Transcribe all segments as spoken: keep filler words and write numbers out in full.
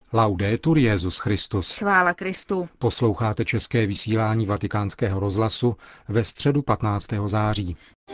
Laudetur Jesus Christus. Chvála Kristu. Posloucháte české vysílání Vatikánského rozhlasu ve středu patnáctého září.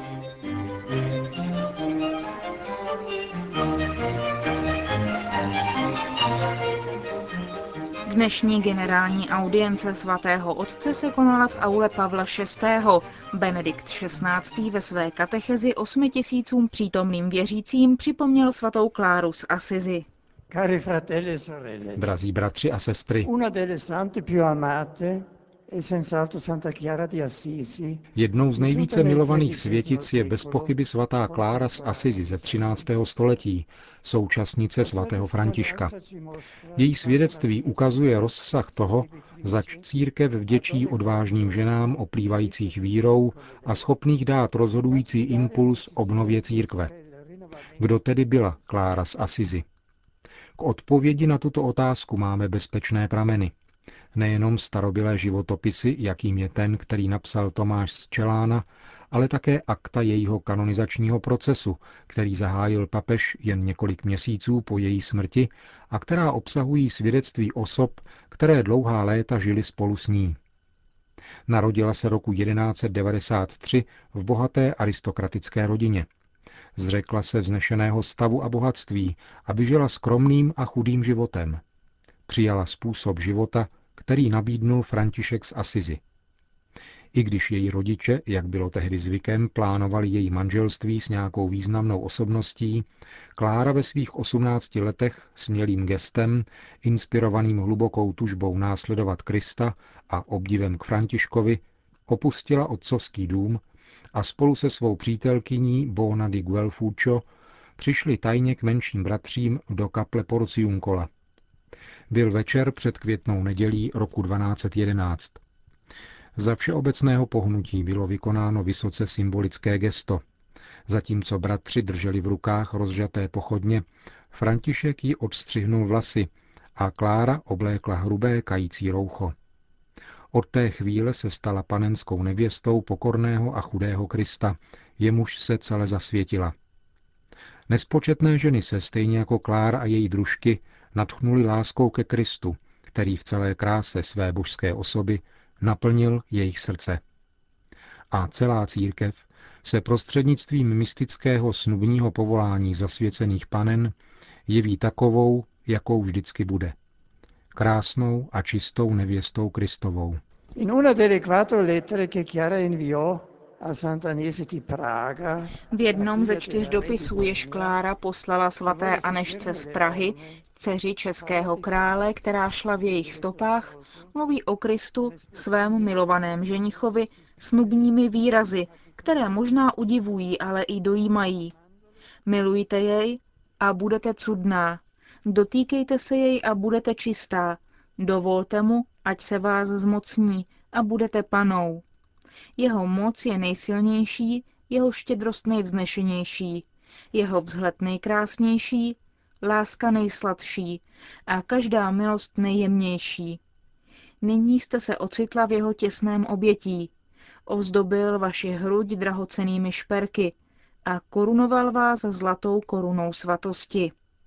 Dnešní generální audience svatého otce se konala v aule Pavla šestého. Benedikt šestnáctý. ve své katechezi osmi tisícům přítomným věřícím připomněl svatou Kláru z Assisi. Cari fratelli e sorelle, Drazí bratři a sestry, una delle sante più amate è senz'altro Santa Chiara di Assisi. jednou z nejvíce milovaných světic je bez pochyby svatá Klára z Assisi ze třináctého století, současnice svatého Františka. Její svědectví ukazuje rozsah toho, zač církev vděčí odvážným ženám oplývajících vírou a schopných dát rozhodující impuls obnově církve. Kdo tedy byla Klára z Assisi? K odpovědi na tuto otázku máme bezpečné prameny. Nejenom starobylé životopisy, jakým je ten, který napsal Tomáš z Čelána, ale také akta jejího kanonizačního procesu, který zahájil papež jen několik měsíců po její smrti a která obsahují svědectví osob, které dlouhá léta žili spolu s ní. Narodila se roku jedenáct set devadesát tři v bohaté aristokratické rodině. Zřekla se vznešeného stavu a bohatství, aby žila skromným a chudým životem. Přijala způsob života, který nabídnul František z Assisi. I když její rodiče, jak bylo tehdy zvykem, plánovali její manželství s nějakou významnou osobností, Klára ve svých osmnácti letech smělým gestem, inspirovaným hlubokou tužbou následovat Krista a obdivem k Františkovi, opustila otcovský dům a spolu se svou přítelkyní Bona di Guelfuccio přišli tajně k menším bratřím do kaple Porciuncola. Byl večer před květnou nedělí roku dvanáct set jedenáct. Za všeobecného pohnutí bylo vykonáno vysoce symbolické gesto. Zatímco bratři drželi v rukách rozžaté pochodně, František ji odstřihnul vlasy a Klára oblékla hrubé kající roucho. Od té chvíle se stala panenskou nevěstou pokorného a chudého Krista, jemuž se celé zasvětila. Nespočetné ženy se, stejně jako Klára a její družky, nadchnuli láskou ke Kristu, který v celé kráse své božské osoby naplnil jejich srdce. A celá církev se prostřednictvím mystického snubního povolání zasvěcených panen jeví takovou, jakou vždycky bude. Krásnou a čistou nevěstou Kristovou. In una delle quattro lettere che Chiara inviò a Sant'Agnese di Praga, V jednom ze čtyř dopisů, jež Klára poslala svaté Anežce z Prahy, dceři českého krále, která šla v jejich stopách, mluví o Kristu, svém milovaném ženichovi, snubními výrazy, které možná udivují, ale i dojímají. Milujte jej a budete cudná. Dotýkejte se jej a budete čistá. Dovolte mu, ať se vás zmocní a budete panou. Jeho moc je nejsilnější, jeho štědrost nejvznešenější, jeho vzhled nejkrásnější, láska nejsladší a každá milost nejjemnější. Nyní jste se ocitla v jeho těsném objetí. Ozdobil vaši hruď drahocennými šperky a korunoval vás zlatou korunou svatosti.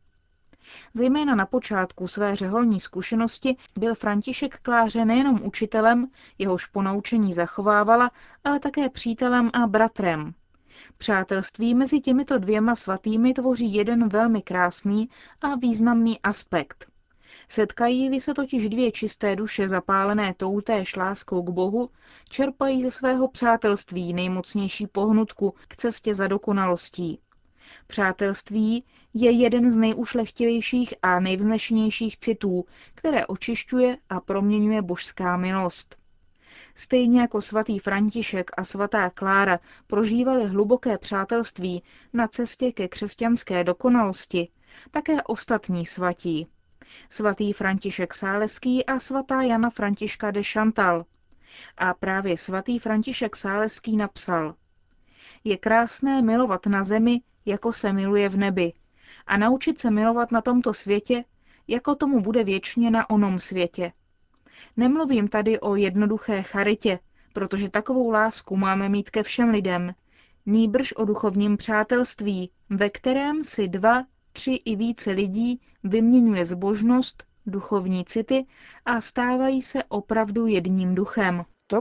Zejména na počátku své řeholní zkušenosti byl František Kláře nejenom učitelem, jehož ponaučení zachovávala, ale také přítelem a bratrem. Přátelství mezi těmito dvěma svatými tvoří jeden velmi krásný a významný aspekt. Setkají-li se totiž dvě čisté duše zapálené toutéž láskou k Bohu, čerpají ze svého přátelství nejmocnější pohnutku k cestě za dokonalostí. Přátelství je jeden z nejušlechtilejších a nejvznešenějších citů, které očišťuje a proměňuje božská milost. Stejně jako svatý František a svatá Klára prožívali hluboké přátelství na cestě ke křesťanské dokonalosti, také ostatní svatí. Svatý František Sáleský a svatá Jana Františka de Chantal. A právě svatý František Sáleský napsal: Je krásné milovat na zemi, jako se miluje v nebi, a naučit se milovat na tomto světě, jako tomu bude věčně na onom světě. Nemluvím tady o jednoduché charitě, protože takovou lásku máme mít ke všem lidem, nýbrž o duchovním přátelství, ve kterém si dva, tři i více lidí vyměňuje zbožnost, duchovní city a stávají se opravdu jedním duchem.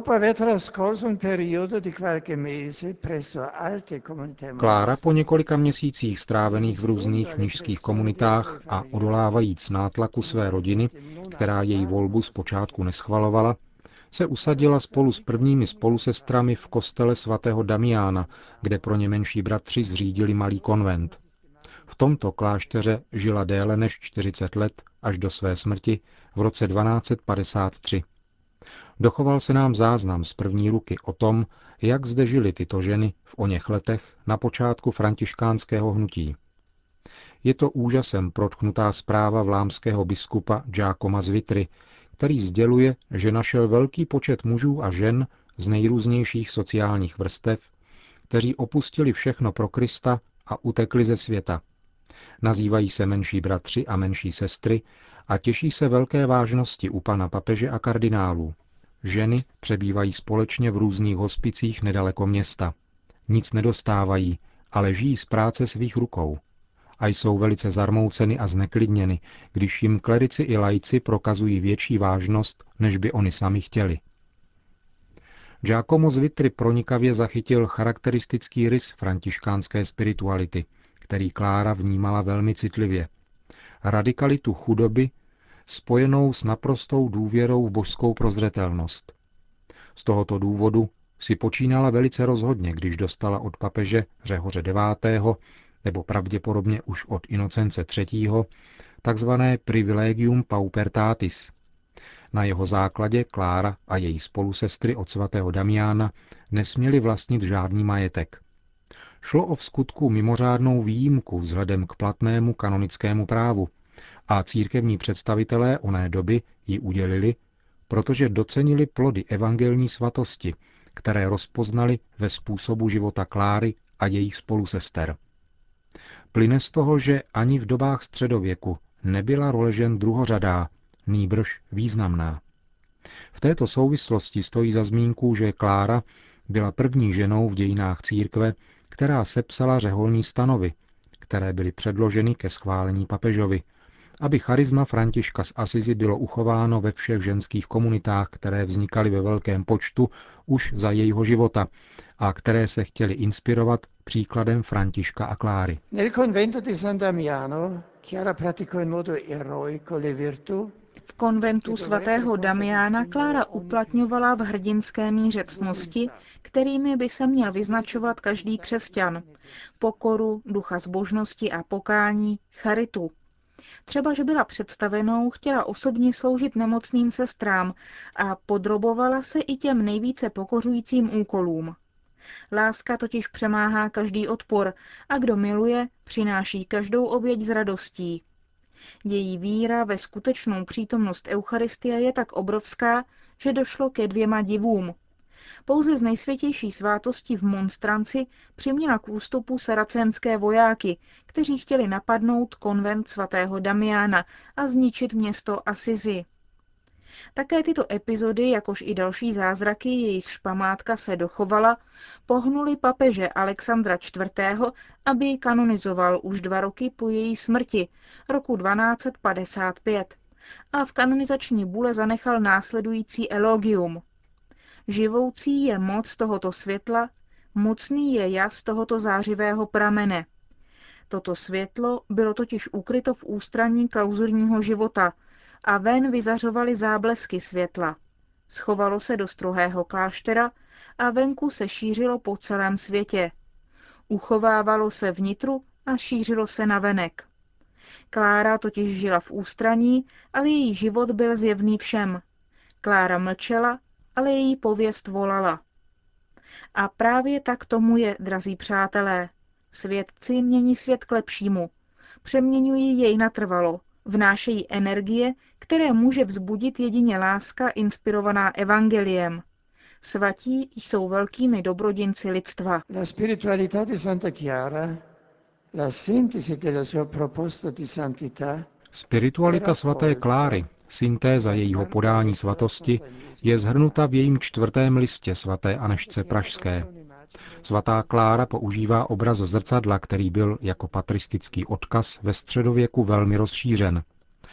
Klára po několika měsících strávených v různých mnišských komunitách a odolávajíc nátlaku své rodiny, která její volbu zpočátku neschvalovala, se usadila spolu s prvními spolusestrami v kostele svatého Damiána, kde pro ně menší bratři zřídili malý konvent. V tomto klášteře žila déle než čtyřicet let až do své smrti v roce dvanáct set padesát tři. Dochoval se nám záznam z první ruky o tom, jak zde žily tyto ženy v oněch letech na počátku františkánského hnutí. Je to úžasem protknutá zpráva vlámského biskupa Giacoma z Vitry, který sděluje, že našel velký počet mužů a žen z nejrůznějších sociálních vrstev, kteří opustili všechno pro Krista a utekli ze světa. Nazývají se menší bratři a menší sestry a těší se velké vážnosti u pana papeže a kardinálů. Ženy přebývají společně v různých hospicích nedaleko města. Nic nedostávají, ale žijí z práce svých rukou. A jsou velice zarmouceny a zneklidněny, když jim klerici i laici prokazují větší vážnost, než by oni sami chtěli. Giacomo z Vitry pronikavě zachytil charakteristický rys františkánské spirituality, který Klára vnímala velmi citlivě. Radikalitu chudoby spojenou s naprostou důvěrou v božskou prozřetelnost. Z tohoto důvodu si počínala velice rozhodně, když dostala od papeže Řehoře devátého nebo pravděpodobně už od Inocence třetího, takzvané privilegium paupertatis. Na jeho základě Klára a její spolusestry od svatého Damiána nesměli vlastnit žádný majetek. Šlo o vskutku mimořádnou výjimku vzhledem k platnému kanonickému právu a církevní představitelé oné doby ji udělili, protože docenili plody evangelní svatosti, které rozpoznali ve způsobu života Kláry a jejich spolusester. Plyne z toho, že ani v dobách středověku nebyla role žen druhořadá, nýbrž významná. V této souvislosti stojí za zmínku, že Klára byla první ženou v dějinách církve, která sepsala řeholní stanovy, které byly předloženy ke schválení papežovi, aby charisma Františka z Asizi bylo uchováno ve všech ženských komunitách, které vznikaly ve velkém počtu už za jejího života a které se chtěly inspirovat příkladem Františka a Kláry. V konventu svatého Damiána Klára uplatňovala v hrdinské míře ctnosti, kterými by se měl vyznačovat každý křesťan. Pokoru, ducha zbožnosti a pokání, charitu. Třeba, že byla představenou, chtěla osobně sloužit nemocným sestrám a podrobovala se i těm nejvíce pokořujícím úkolům. Láska totiž přemáhá každý odpor a kdo miluje, přináší každou oběť s radostí. Její víra ve skutečnou přítomnost Eucharistie je tak obrovská, že došlo ke dvěma divům. Pouze z nejsvětější svátosti v Monstranci přiměla k ústupu saracénské vojáky, kteří chtěli napadnout konvent svatého Damiána a zničit město Asizi. Také tyto epizody, jakož i další zázraky, jejichž památka se dochovala, pohnuly papeže Alexandra čtvrtého, aby ji kanonizoval už dva roky po její smrti, roku dvanáct set padesát pět, a v kanonizační bule zanechal následující elogium. Živoucí je moc tohoto světla, mocný je jas tohoto zářivého pramene. Toto světlo bylo totiž ukryto v ústraní klauzurního života a ven vyzařovaly záblesky světla. Schovalo se do strohého kláštera a venku se šířilo po celém světě. Uchovávalo se vnitru a šířilo se navenek. Klára totiž žila v ústraní, ale její život byl zjevný všem. Klára mlčela, ale její pověst volala. A právě tak tomu je, drazí přátelé. Svědci mění svět k lepšímu. Přeměňují jej natrvalo. Vnášejí energie, které může vzbudit jedině láska inspirovaná evangeliem. Svatí jsou velkými dobrodinci lidstva. La spiritualità di Santa Chiara, la sintesi della sua proposta di santità. Spiritualita svaté Kláry, syntéza jejího podání svatosti, je zhrnuta v jejím čtvrtém listě svaté Anežce Pražské. Svatá Klára používá obraz zrcadla, který byl jako patristický odkaz ve středověku velmi rozšířen.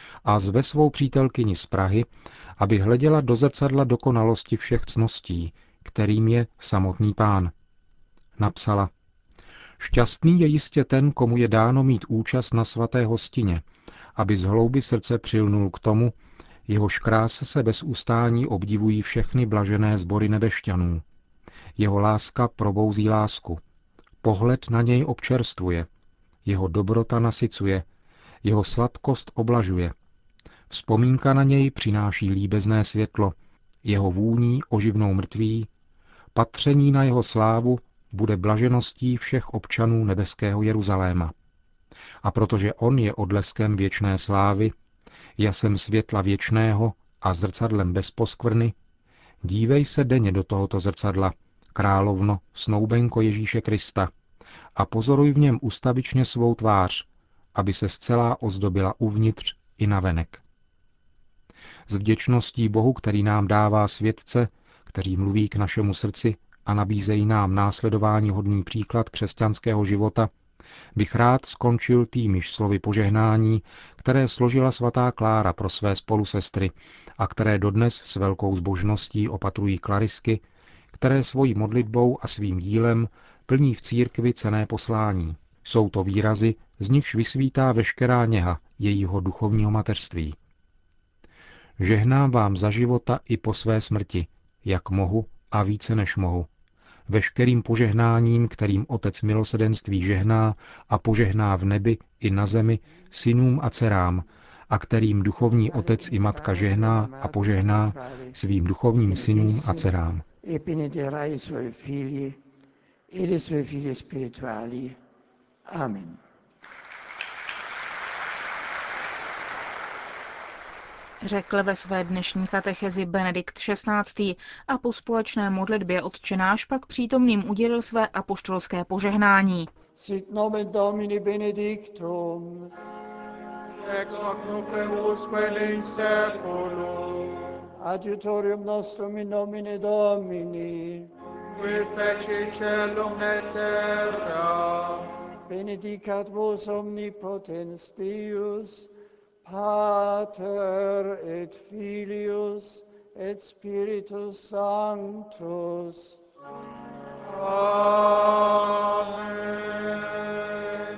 a zve svou přítelkyni z Prahy, aby hleděla do zrcadla dokonalosti všech cností, kterým je samotný Pán. Napsala: Šťastný je jistě ten, komu je dáno mít účast na svaté hostině, aby z hloubi srdce přilnul k tomu, jehož kráse se bez ustání obdivují všechny blažené sbory nebešťanů. Jeho láska probouzí lásku, pohled na něj občerstvuje, jeho dobrota nasycuje, jeho sladkost oblažuje. Vzpomínka na něj přináší líbezné světlo, jeho vůní oživnou mrtví, patření na jeho slávu bude blažeností všech občanů nebeského Jeruzaléma. A protože on je odleskem věčné slávy, jasem světla věčného a zrcadlem bez poskvrny, dívej se denně do tohoto zrcadla, královno, snoubenko Ježíše Krista, a pozoruj v něm ustavičně svou tvář, aby se zcela ozdobila uvnitř i navenek. S vděčností Bohu, který nám dává světce, kteří mluví k našemu srdci a nabízejí nám následování hodný příklad křesťanského života, bych rád skončil týmiž slovy požehnání, které složila svatá Klára pro své spolusestry a které dodnes s velkou zbožností opatrují klarisky, které svojí modlitbou a svým dílem plní v církvi cenné poslání. Jsou to výrazy, z nichž vysvítá veškerá něha jejího duchovního mateřství. Žehnám vám za života i po své smrti, jak mohu a více než mohu. Veškerým požehnáním, kterým Otec milosedenství žehná a požehná v nebi i na zemi synům a dcerám, a kterým duchovní Otec i Matka žehná a požehná svým duchovním synům a dcerám. Amen. Řekl ve své dnešní katechezi Benedikt šestnáctý. a po společné modlitbě Otčenáš pak přítomným udělil své apoštolské požehnání. Sit nomen Domini benedictum, ex hoc nunc usque in seculum, adiutorium nostrum in nomine Domini, qui feci caelum et terra, benedicat vos omnipotens Deus, Pater et Filius et Spiritus Sanctus. Amen.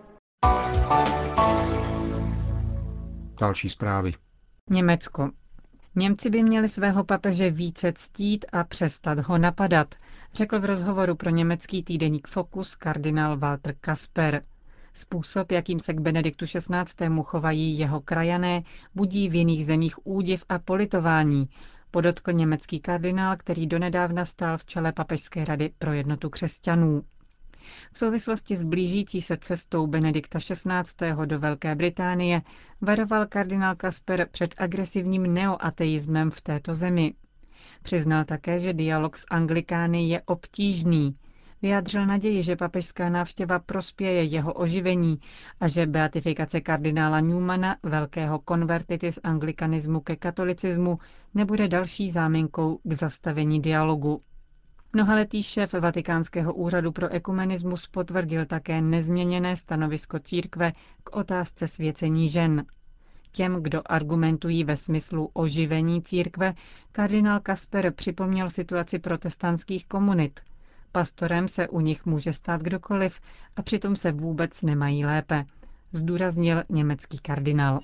Další zprávy. Německo. Němci by měli svého papeže více ctít a přestat ho napadat, řekl v rozhovoru pro německý týdeník Focus kardinál Walter Kasper. Způsob, jakým se k Benediktu šestnáctému chovají jeho krajané, budí v jiných zemích údiv a politování, podotkl německý kardinál, který donedávna stál v čele Papežské rady pro jednotu křesťanů. V souvislosti s blížící se cestou Benedikta šestnáctého. do Velké Británie varoval kardinál Kasper před agresivním neoateismem v této zemi. Přiznal také, že dialog s Anglikány je obtížný. Vyjádřil naději, že papežská návštěva prospěje jeho oživení a že beatifikace kardinála Newmana, velkého konvertity z anglikanismu ke katolicismu, nebude další záminkou k zastavení dialogu. Mnohaletý šéf Vatikánského úřadu pro ekumenismus potvrdil také nezměněné stanovisko církve k otázce svěcení žen. Těm, kdo argumentují ve smyslu oživení církve, kardinál Kasper připomněl situaci protestantských komunit. Pastorem se u nich může stát kdokoliv a přitom se vůbec nemají lépe, zdůraznil německý kardinál.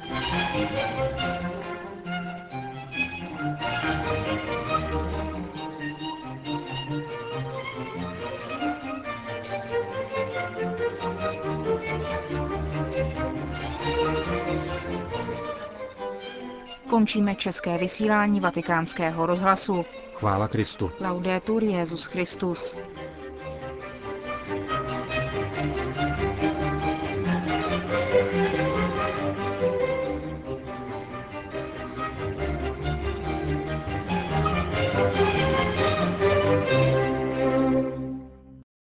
Končíme české vysílání Vatikánského rozhlasu. Chvála Kristu. Laudetur Jesus Christus.